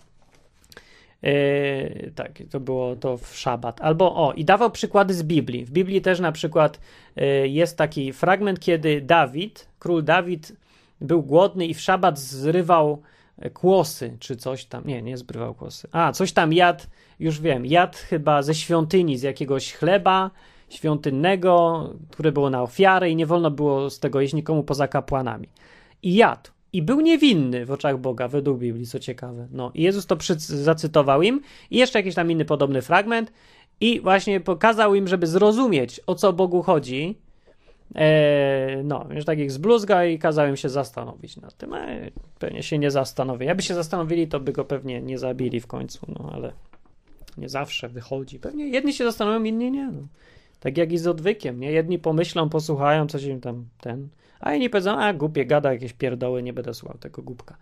Tak, to było to w szabat. I dawał przykłady z Biblii. W Biblii też na przykład jest taki fragment, kiedy król Dawid był głodny i w szabat zrywał kłosy, czy coś tam, nie zbrywał kłosy. Coś tam jadł, już wiem, jadł chyba ze świątyni, z jakiegoś chleba świątynnego, które było na ofiarę i nie wolno było z tego jeść nikomu poza kapłanami. I jadł. I był niewinny w oczach Boga, według Biblii, co ciekawe. No, i Jezus to zacytował im i jeszcze jakiś tam inny podobny fragment i właśnie pokazał im, żeby zrozumieć, o co Bogu chodzi. Już tak ich zbluzga i kazał im się zastanowić nad tym. Pewnie się nie zastanowię. Jakby się zastanowili, to by go pewnie nie zabili w końcu, ale nie zawsze wychodzi. Pewnie jedni się zastanowią, inni nie. No. Tak jak i z odwykiem, nie? Jedni pomyślą, posłuchają, coś im tam a inni powiedzą, głupie gada jakieś pierdoły, nie będę słuchał tego głupka.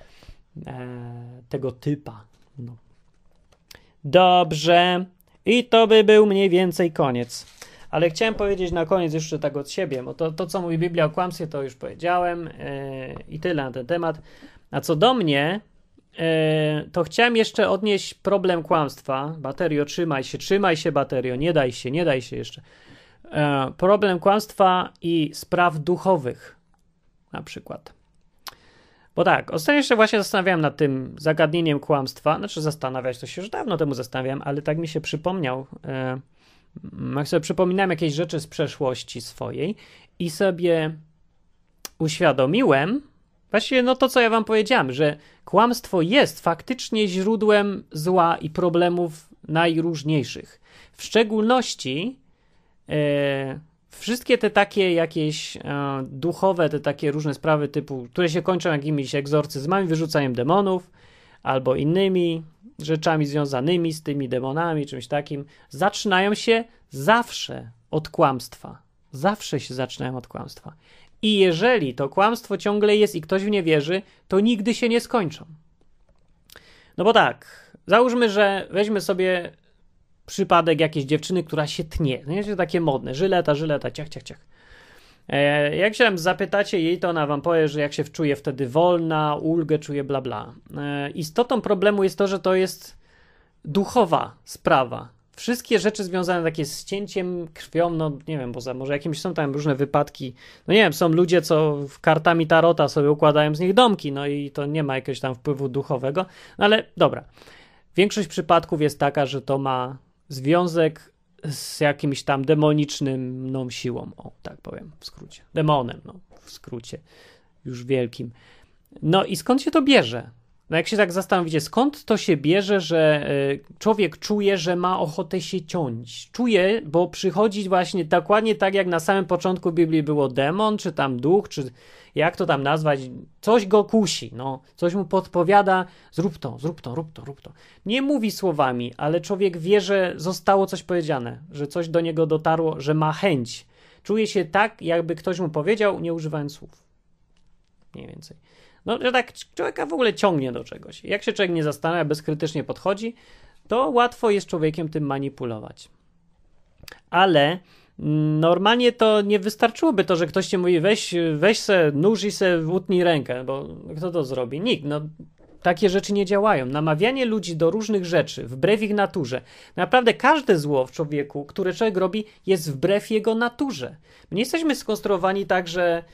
Tego typa. No. Dobrze. I to by był mniej więcej koniec. Ale chciałem powiedzieć na koniec jeszcze tak od siebie, bo to co mówi Biblia o kłamstwie, to już powiedziałem i tyle na ten temat. A co do mnie, to chciałem jeszcze odnieść problem kłamstwa. Baterio, trzymaj się baterio, nie daj się jeszcze. Problem kłamstwa i spraw duchowych na przykład. Bo tak, ostatnio jeszcze właśnie zastanawiałem nad tym zagadnieniem kłamstwa. Zastanawiać to się już dawno temu zastanawiałem, ale tak mi się przypomniał. Jak sobie przypominałem jakieś rzeczy z przeszłości swojej i sobie uświadomiłem, właściwie to, co ja wam powiedziałem, że kłamstwo jest faktycznie źródłem zła i problemów najróżniejszych. W szczególności wszystkie te takie jakieś duchowe, te takie różne sprawy typu, które się kończą jakimiś egzorcyzmami, wyrzucaniem demonów albo innymi rzeczami związanymi z tymi demonami, czymś takim, zaczynają się zawsze od kłamstwa. Zawsze się zaczynają od kłamstwa. I jeżeli to kłamstwo ciągle jest i ktoś w nie wierzy, to nigdy się nie skończą. No bo tak, załóżmy, że weźmy sobie przypadek jakiejś dziewczyny, która się tnie. No jest takie modne, żyleta, ciach, ciach, ciach. Jak się tam zapytacie jej, to ona wam powie, że jak się czuje wtedy wolna, ulgę czuje, bla, bla. Istotą problemu jest to, że to jest duchowa sprawa. Wszystkie rzeczy związane takie z cięciem, krwią, no nie wiem, poza może jakimiś są tam różne wypadki. No nie wiem, są ludzie, co kartami tarota sobie układają z nich domki, no i to nie ma jakiegoś tam wpływu duchowego. No ale dobra, większość przypadków jest taka, że to ma związek z jakimś tam demoniczną siłą, o tak powiem w skrócie, demonem, no w skrócie już wielkim. No i skąd się to bierze? No jak się tak zastanowicie, skąd to się bierze, że człowiek czuje, że ma ochotę się ciąć? Czuje, bo przychodzi właśnie dokładnie tak, jak na samym początku Biblii było demon, czy tam duch, czy jak to tam nazwać, coś go kusi, no, coś mu podpowiada, zrób to, rób to. Nie mówi słowami, ale człowiek wie, że zostało coś powiedziane, że coś do niego dotarło, że ma chęć. Czuje się tak, jakby ktoś mu powiedział, nie używając słów. Mniej więcej. No, że tak człowieka w ogóle ciągnie do czegoś. Jak się człowiek nie zastanawia, bezkrytycznie podchodzi, to łatwo jest człowiekiem tym manipulować. Ale normalnie to nie wystarczyłoby to, że ktoś ci mówi weź se nóż i se utnij rękę, bo kto to zrobi? Nikt. No, takie rzeczy nie działają. Namawianie ludzi do różnych rzeczy, wbrew ich naturze. Naprawdę każde zło w człowieku, które człowiek robi, jest wbrew jego naturze. My nie jesteśmy skonstruowani tak,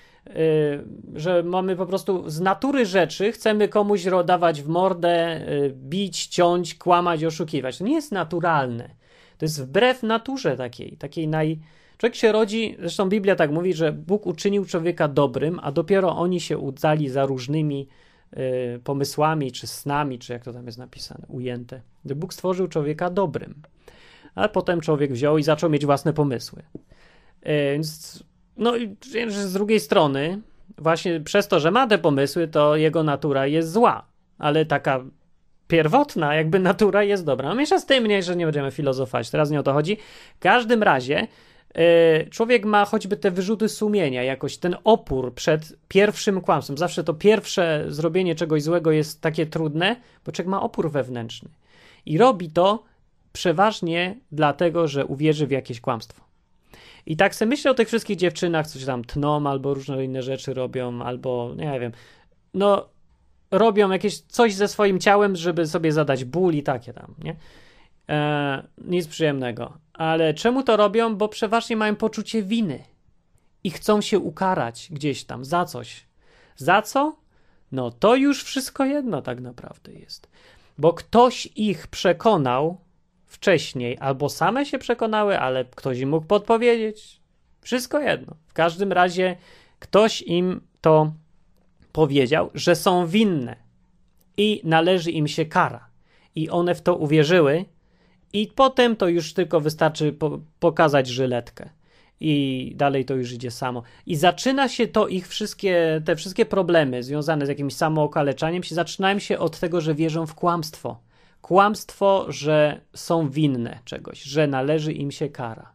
że mamy po prostu z natury rzeczy, chcemy komuś dawać w mordę, bić, ciąć, kłamać, oszukiwać. To nie jest naturalne. To jest wbrew naturze Człowiek się rodzi, zresztą Biblia tak mówi, że Bóg uczynił człowieka dobrym, a dopiero oni się udali za różnymi pomysłami, czy snami, czy jak to tam jest napisane, ujęte. Bóg stworzył człowieka dobrym, a potem człowiek wziął i zaczął mieć własne pomysły. Więc no i z drugiej strony, właśnie przez to, że ma te pomysły, to jego natura jest zła, ale taka pierwotna jakby natura jest dobra. No mniejsza z tym, mniej, że nie będziemy filozofować, teraz nie o to chodzi. W każdym razie człowiek ma choćby te wyrzuty sumienia, jakoś ten opór przed pierwszym kłamstwem. Zawsze to pierwsze zrobienie czegoś złego jest takie trudne, bo człowiek ma opór wewnętrzny. I robi to przeważnie dlatego, że uwierzy w jakieś kłamstwo. I tak sobie myślę o tych wszystkich dziewczynach, co się tam tną, albo różne inne rzeczy robią, albo nie wiem, no robią jakieś coś ze swoim ciałem, żeby sobie zadać ból i takie tam, nie? Nic przyjemnego. Ale czemu to robią? Bo przeważnie mają poczucie winy i chcą się ukarać gdzieś tam za coś. Za co? No to już wszystko jedno tak naprawdę jest. Bo ktoś ich przekonał wcześniej, albo same się przekonały, ale ktoś im mógł podpowiedzieć. Wszystko jedno. W każdym razie ktoś im to powiedział, że są winne i należy im się kara. I one w to uwierzyły i potem to już tylko wystarczy pokazać żyletkę. I dalej to już idzie samo. I zaczyna się to te wszystkie problemy związane z jakimś samookaleczaniem zaczynają się od tego, że wierzą w kłamstwo. Kłamstwo, że są winne czegoś, że należy im się kara.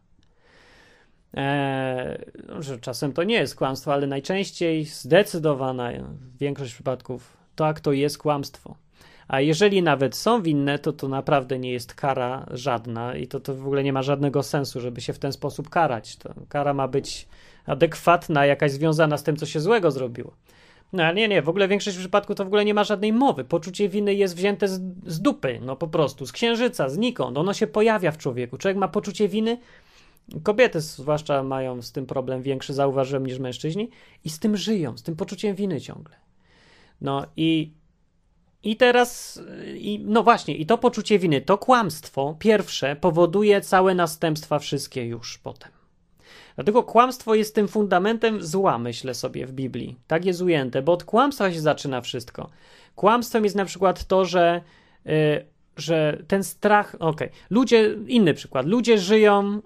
Że czasem to nie jest kłamstwo, ale najczęściej zdecydowana większość przypadków tak to jest kłamstwo. A jeżeli nawet są winne, to naprawdę nie jest kara żadna i to w ogóle nie ma żadnego sensu, żeby się w ten sposób karać. To kara ma być adekwatna, jakaś związana z tym, co się złego zrobiło. No ale nie, w ogóle większość przypadków to w ogóle nie ma żadnej mowy. Poczucie winy jest wzięte z dupy, no po prostu, z księżyca, znikąd. Ono się pojawia w człowieku. Człowiek ma poczucie winy, kobiety zwłaszcza mają z tym problem większy, zauważyłem, niż mężczyźni i z tym żyją, z tym poczuciem winy ciągle. No i teraz, no właśnie, i to poczucie winy, to kłamstwo pierwsze powoduje całe następstwa wszystkie już potem. Dlatego kłamstwo jest tym fundamentem zła, myślę sobie, w Biblii. Tak jest ujęte, bo od kłamstwa się zaczyna wszystko. Kłamstwem jest na przykład to, że ten strach... inny przykład. Ludzie żyją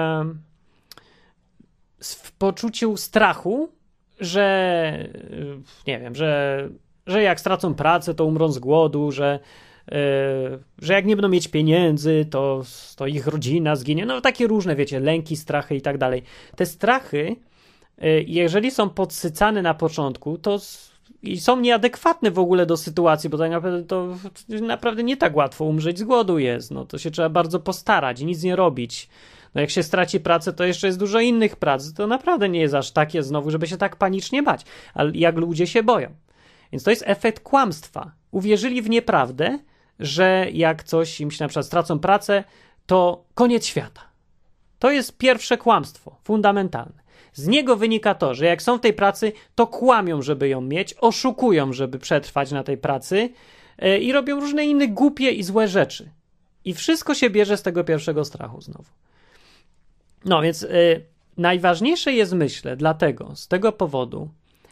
w poczuciu strachu, że nie wiem, że jak stracą pracę, to umrą z głodu, że jak nie będą mieć pieniędzy, to ich rodzina zginie. No takie różne, wiecie, lęki, strachy i tak dalej. Te strachy jeżeli są podsycane na początku, to i są nieadekwatne w ogóle do sytuacji, bo tak naprawdę to naprawdę nie tak łatwo umrzeć z głodu jest. No, to się trzeba bardzo postarać, nic nie robić. No, jak się straci pracę, to jeszcze jest dużo innych prac. To naprawdę nie jest aż takie znowu, żeby się tak panicznie bać. Ale jak ludzie się boją. Więc to jest efekt kłamstwa. Uwierzyli w nieprawdę, że jak coś im się na przykład stracą pracę, to koniec świata. To jest pierwsze kłamstwo, fundamentalne. Z niego wynika to, że jak są w tej pracy, to kłamią, żeby ją mieć, oszukują, żeby przetrwać na tej pracy i robią różne inne głupie i złe rzeczy. I wszystko się bierze z tego pierwszego strachu znowu. No więc najważniejsze jest, myślę, dlatego, z tego powodu,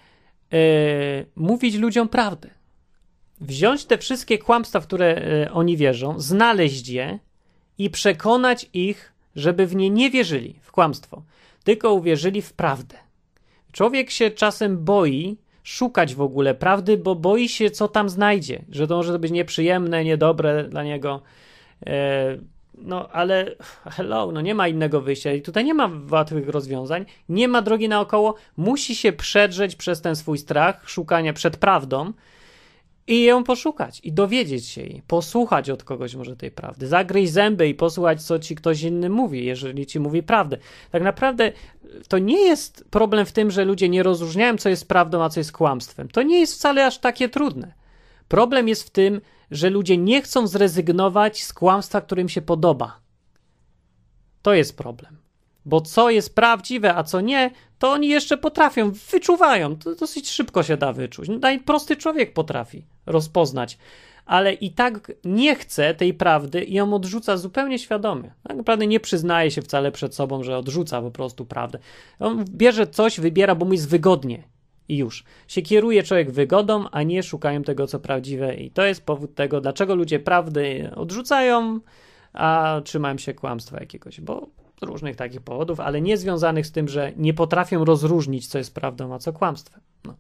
mówić ludziom prawdę. Wziąć te wszystkie kłamstwa, w które oni wierzą, znaleźć je i przekonać ich, żeby w nie nie wierzyli, w kłamstwo, tylko uwierzyli w prawdę. Człowiek się czasem boi szukać w ogóle prawdy, bo boi się, co tam znajdzie, że to może być nieprzyjemne, niedobre dla niego. No ale hello, no nie ma innego wyjścia i tutaj nie ma łatwych rozwiązań, nie ma drogi naokoło, musi się przedrzeć przez ten swój strach szukania przed prawdą i ją poszukać i dowiedzieć się jej, posłuchać od kogoś może tej prawdy, zagryźć zęby i posłuchać, co ci ktoś inny mówi, jeżeli ci mówi prawdę. Tak naprawdę to nie jest problem w tym, że ludzie nie rozróżniają, co jest prawdą, a co jest kłamstwem. To nie jest wcale aż takie trudne. Problem jest w tym, że ludzie nie chcą zrezygnować z kłamstwa, które im się podoba. To jest problem. Bo co jest prawdziwe, a co nie, to oni jeszcze potrafią, wyczuwają. To dosyć szybko się da wyczuć. Najprosty człowiek potrafi rozpoznać. Ale i tak nie chce tej prawdy i ją odrzuca zupełnie świadomie. Tak naprawdę nie przyznaje się wcale przed sobą, że odrzuca po prostu prawdę. On bierze coś, wybiera, bo mu jest wygodnie. I już. Się kieruje człowiek wygodą, a nie szukają tego, co prawdziwe. I to jest powód tego, dlaczego ludzie prawdy odrzucają, a trzymają się kłamstwa jakiegoś. Bo z różnych takich powodów, ale nie związanych z tym, że nie potrafią rozróżnić, co jest prawdą, a co kłamstwem. No.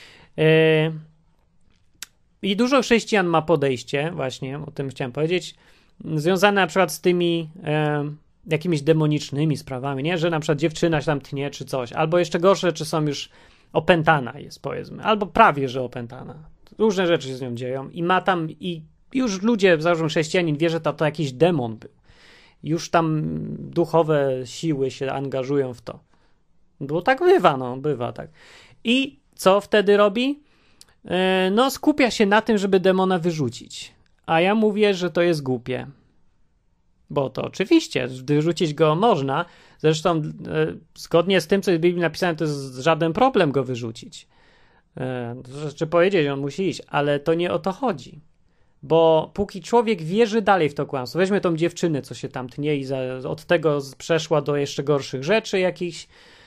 I dużo chrześcijan ma podejście, właśnie o tym chciałem powiedzieć, związane na przykład z tymi jakimiś demonicznymi sprawami, nie? Że na przykład dziewczyna się tam tnie czy coś, albo jeszcze gorsze, czy są już opętana jest, powiedzmy, albo prawie, że opętana. Różne rzeczy się z nią dzieją i ma tam, i już ludzie, załóżmy chrześcijanin wie, że to jakiś demon był. Już tam duchowe siły się angażują w to. Bo tak bywa, no, bywa tak. I co wtedy robi? No, skupia się na tym, żeby demona wyrzucić. A ja mówię, że to jest głupie. Bo to oczywiście, wyrzucić go można. Zresztą zgodnie z tym, co jest w Biblii napisane, to jest żaden problem go wyrzucić. Czy powiedzieć, on musi iść, ale to nie o to chodzi. Bo póki człowiek wierzy dalej w to kłamstwo, weźmy tą dziewczynę, co się tam tnie i od tego przeszła do jeszcze gorszych rzeczy jakichś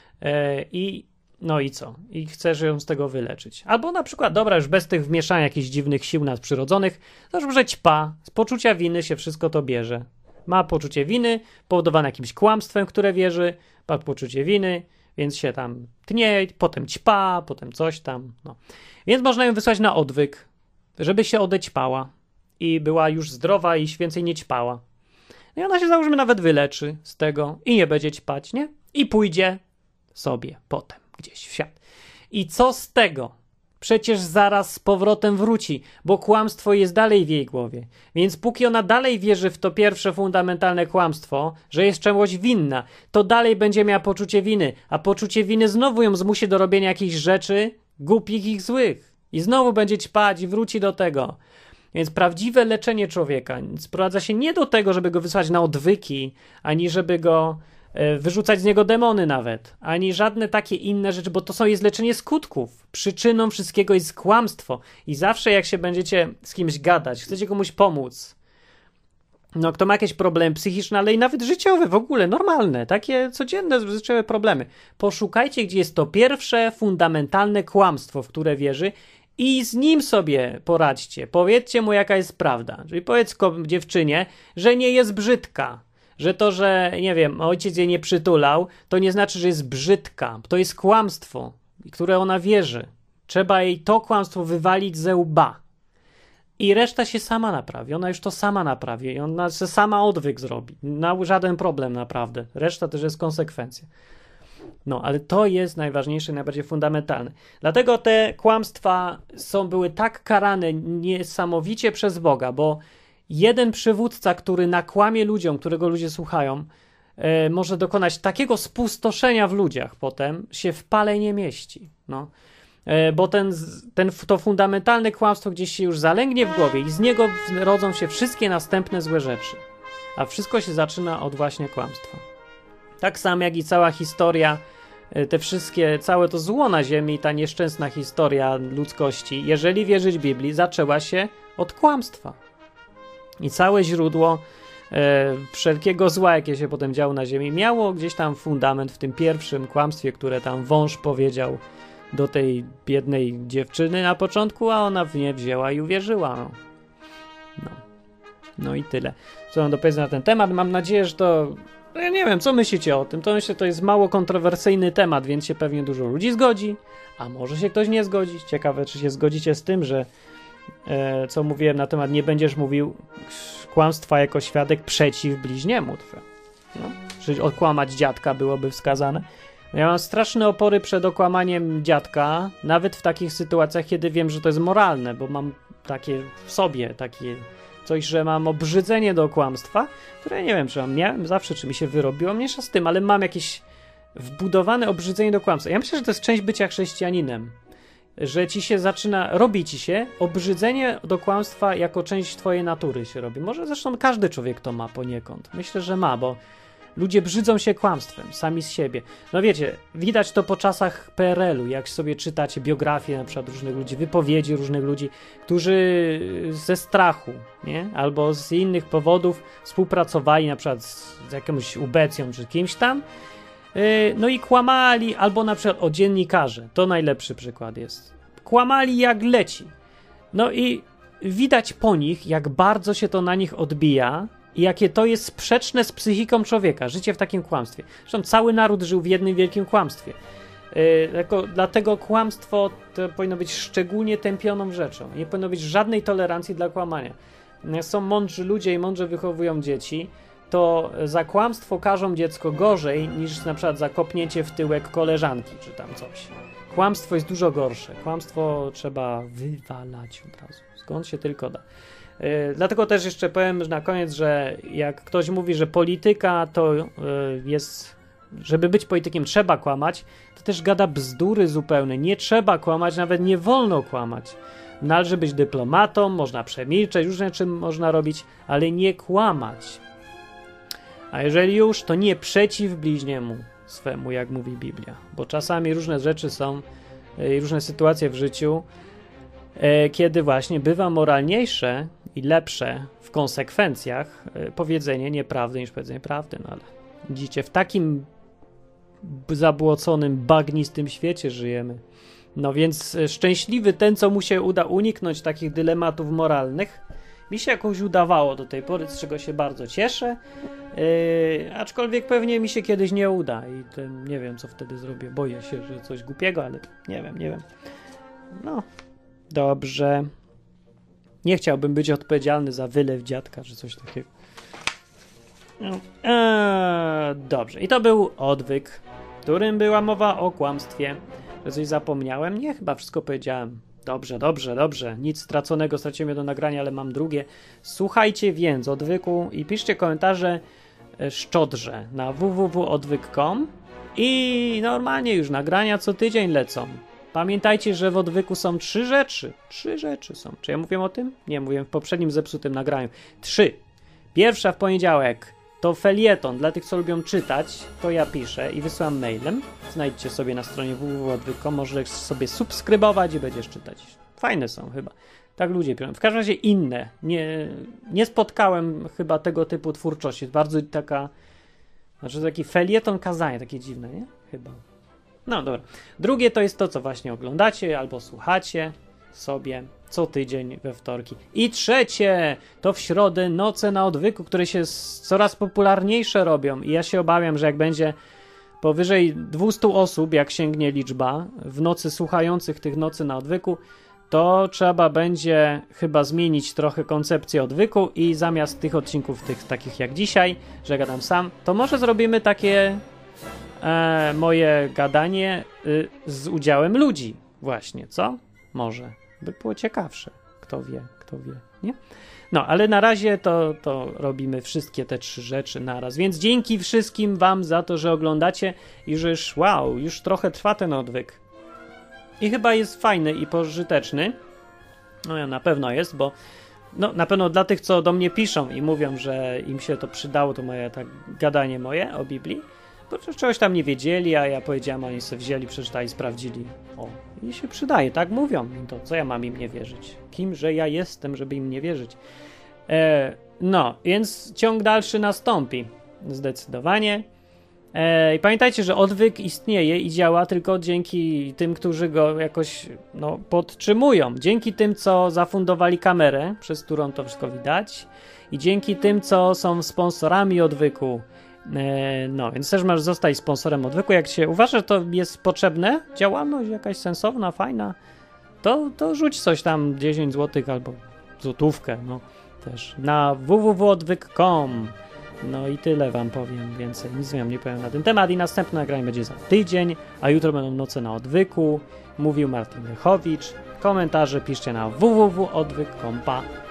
no i co? I chce ją z tego wyleczyć. Albo na przykład, dobra, już bez tych wmieszania jakichś dziwnych sił nadprzyrodzonych, to już może ćpa, z poczucia winy się wszystko to bierze. Ma poczucie winy, powodowane jakimś kłamstwem, które wierzy, ma poczucie winy, więc się tam tnie, potem ćpa, potem coś tam, no. Więc można ją wysłać na odwyk, żeby się odećpała i była już zdrowa i więcej nie ćpała. No i ona się, załóżmy, nawet wyleczy z tego i nie będzie ćpać, nie? I pójdzie sobie potem gdzieś w świat. I co z tego? Przecież zaraz z powrotem wróci, bo kłamstwo jest dalej w jej głowie. Więc póki ona dalej wierzy w to pierwsze fundamentalne kłamstwo, że jest czegoś winna, to dalej będzie miała poczucie winy, a poczucie winy znowu ją zmusi do robienia jakichś rzeczy głupich i złych. I znowu będzie ćpać i wróci do tego. Więc prawdziwe leczenie człowieka sprowadza się nie do tego, żeby go wysłać na odwyki, ani żeby go wyrzucać z niego demony nawet, ani żadne takie inne rzeczy, bo to jest leczenie skutków. Przyczyną wszystkiego jest kłamstwo. I zawsze jak się będziecie z kimś gadać, chcecie komuś pomóc, no kto ma jakieś problemy psychiczne, ale i nawet życiowe w ogóle, normalne, takie codzienne, zwyczajne problemy, poszukajcie, gdzie jest to pierwsze, fundamentalne kłamstwo, w które wierzy, i z nim sobie poradźcie. Powiedzcie mu, jaka jest prawda. Czyli powiedz dziewczynie, że nie jest brzydka. Że to, że, nie wiem, ojciec jej nie przytulał, to nie znaczy, że jest brzydka. To jest kłamstwo, które ona wierzy. Trzeba jej to kłamstwo wywalić ze łba. I reszta się sama naprawi. Ona już to sama naprawi. I ona sama odwyk zrobi. Żaden problem naprawdę. Reszta też jest konsekwencja. No, ale to jest najważniejsze, najbardziej fundamentalne. Dlatego te kłamstwa były tak karane niesamowicie przez Boga, bo jeden przywódca, który nakłamie ludziom, którego ludzie słuchają, może dokonać takiego spustoszenia w ludziach potem, się w pale nie mieści. No. Bo to fundamentalne kłamstwo gdzieś się już zalęgnie w głowie i z niego rodzą się wszystkie następne złe rzeczy. A wszystko się zaczyna od właśnie kłamstwa. Tak samo jak i cała historia, całe to zło na ziemi, ta nieszczęsna historia ludzkości, jeżeli wierzyć Biblii, zaczęła się od kłamstwa. I całe źródło wszelkiego zła, jakie się potem działo na ziemi, miało gdzieś tam fundament w tym pierwszym kłamstwie, które tam wąż powiedział do tej biednej dziewczyny na początku, a ona w nie wzięła i uwierzyła. No i tyle. Co mam do powiedzenia na ten temat? Mam nadzieję, że to... Ja nie wiem, co myślicie o tym? To myślę, że to jest mało kontrowersyjny temat, więc się pewnie dużo ludzi zgodzi, a może się ktoś nie zgodzi. Ciekawe, czy się zgodzicie z tym, że co mówiłem na temat, nie będziesz mówił kłamstwa jako świadek przeciw bliźniemu twemu. No, czyli okłamać dziadka byłoby wskazane. Ja mam straszne opory przed okłamaniem dziadka, nawet w takich sytuacjach, kiedy wiem, że to jest moralne, bo mam takie w sobie, takie coś, że mam obrzydzenie do kłamstwa, które nie wiem, czy miałem zawsze, czy mi się wyrobiło, mniejsza z tym, ale mam jakieś wbudowane obrzydzenie do kłamstwa. Ja myślę, że to jest część bycia chrześcijaninem, że robi ci się obrzydzenie do kłamstwa jako część twojej natury się robi. Może zresztą każdy człowiek to ma poniekąd. Myślę, że ma, bo ludzie brzydzą się kłamstwem, sami z siebie. No wiecie, widać to po czasach PRL-u, jak sobie czytacie biografie na przykład różnych ludzi, wypowiedzi różnych ludzi, którzy ze strachu, nie? Albo z innych powodów współpracowali na przykład z jakąś ubecją czy kimś tam, no i kłamali, albo na przykład o dziennikarze, to najlepszy przykład jest. Kłamali jak leci. No i widać po nich, jak bardzo się to na nich odbija, i jakie to jest sprzeczne z psychiką człowieka, życie w takim kłamstwie. Zresztą cały naród żył w jednym wielkim kłamstwie. Dlatego kłamstwo to powinno być szczególnie tępioną rzeczą. Nie powinno być żadnej tolerancji dla kłamania. Jak są mądrzy ludzie i mądrze wychowują dzieci, to za kłamstwo karzą dziecko gorzej niż na przykład za kopnięcie w tyłek koleżanki czy tam coś. Kłamstwo jest dużo gorsze. Kłamstwo trzeba wywalać od razu. Skąd się tylko da. Dlatego też jeszcze powiem na koniec, że jak ktoś mówi, że polityka to jest, żeby być politykiem trzeba kłamać, to też gada bzdury zupełne. Nie trzeba kłamać, nawet nie wolno kłamać. Należy być dyplomatą, można przemilczeć, różne rzeczy można robić, ale nie kłamać. A jeżeli już, to nie przeciw bliźniemu swemu, jak mówi Biblia. Bo czasami różne rzeczy są, różne sytuacje w życiu, kiedy właśnie bywa moralniejsze i lepsze w konsekwencjach powiedzenie nieprawdy niż powiedzenie prawdy. No ale widzicie, w takim zabłoconym, bagnistym świecie żyjemy. No więc szczęśliwy ten, co mu się uda uniknąć takich dylematów moralnych. Mi się jakoś udawało do tej pory, z czego się bardzo cieszę, aczkolwiek pewnie mi się kiedyś nie uda i nie wiem, co wtedy zrobię. Boję się, że coś głupiego, ale nie wiem. No, dobrze. Nie chciałbym być odpowiedzialny za wylew dziadka, czy coś takiego. No, dobrze. I to był odwyk, w którym była mowa o kłamstwie. Że coś zapomniałem? Nie, chyba wszystko powiedziałem. Dobrze. Nic straconego, straciłem jedno nagranie, ale mam drugie. Słuchajcie więc odwyku i piszcie komentarze szczodrze na www.odwyk.com i normalnie już nagrania co tydzień lecą. Pamiętajcie, że w odwyku są 3 rzeczy. 3 rzeczy są. Czy ja mówiłem o tym? Nie, mówiłem w poprzednim zepsutym nagraniu. 3. Pierwsza w poniedziałek to felieton. Dla tych, co lubią czytać, to ja piszę i wysyłam mailem. Znajdźcie sobie na stronie www.odwyk.com. Możesz sobie subskrybować i będziesz czytać. Fajne są chyba. Tak ludzie piszą. W każdym razie inne. Nie spotkałem chyba tego typu twórczości. Bardzo taka... Znaczy taki felieton kazania. Takie dziwne, nie? Chyba. No dobra. Drugie to jest to, co właśnie oglądacie albo słuchacie sobie co tydzień we wtorki. I trzecie to w środę noce na odwyku, które się coraz popularniejsze robią i ja się obawiam, że jak będzie powyżej 200 osób, jak sięgnie liczba w nocy słuchających tych nocy na odwyku, to trzeba będzie chyba zmienić trochę koncepcję odwyku i zamiast tych odcinków tych takich jak dzisiaj, że gadam sam, to może zrobimy takie moje gadanie z udziałem ludzi właśnie, co? Może by było ciekawsze. Kto wie, nie? No, ale na razie to robimy wszystkie te 3 rzeczy naraz, więc dzięki wszystkim wam za to, że oglądacie i że już trochę trwa ten odwyk. I chyba jest fajny i pożyteczny. No, na pewno jest, bo na pewno dla tych, co do mnie piszą i mówią, że im się to przydało, to gadanie moje o Biblii, bo czegoś tam nie wiedzieli, a ja powiedziałem, oni sobie wzięli, przeczytali, sprawdzili. I się przydaje, tak mówią. To co ja mam im nie wierzyć? Kimże ja jestem, żeby im nie wierzyć? Więc ciąg dalszy nastąpi. Zdecydowanie. I pamiętajcie, że odwyk istnieje i działa tylko dzięki tym, którzy go jakoś podtrzymują. Dzięki tym, co zafundowali kamerę, przez którą to wszystko widać. I dzięki tym, co są sponsorami odwyku. Więc też masz zostać sponsorem odwyku. Jak się uważa, że to jest potrzebne, działalność jakaś sensowna, fajna, to rzuć coś tam 10 zł albo złotówkę, też na www.odwyk.com. I tyle wam powiem więcej. Nic wam nie powiem na ten temat i następne nagranie będzie za tydzień, a jutro będą noce na odwyku. Mówił Martin Lechowicz. Komentarze piszcie na www.odwyk.com.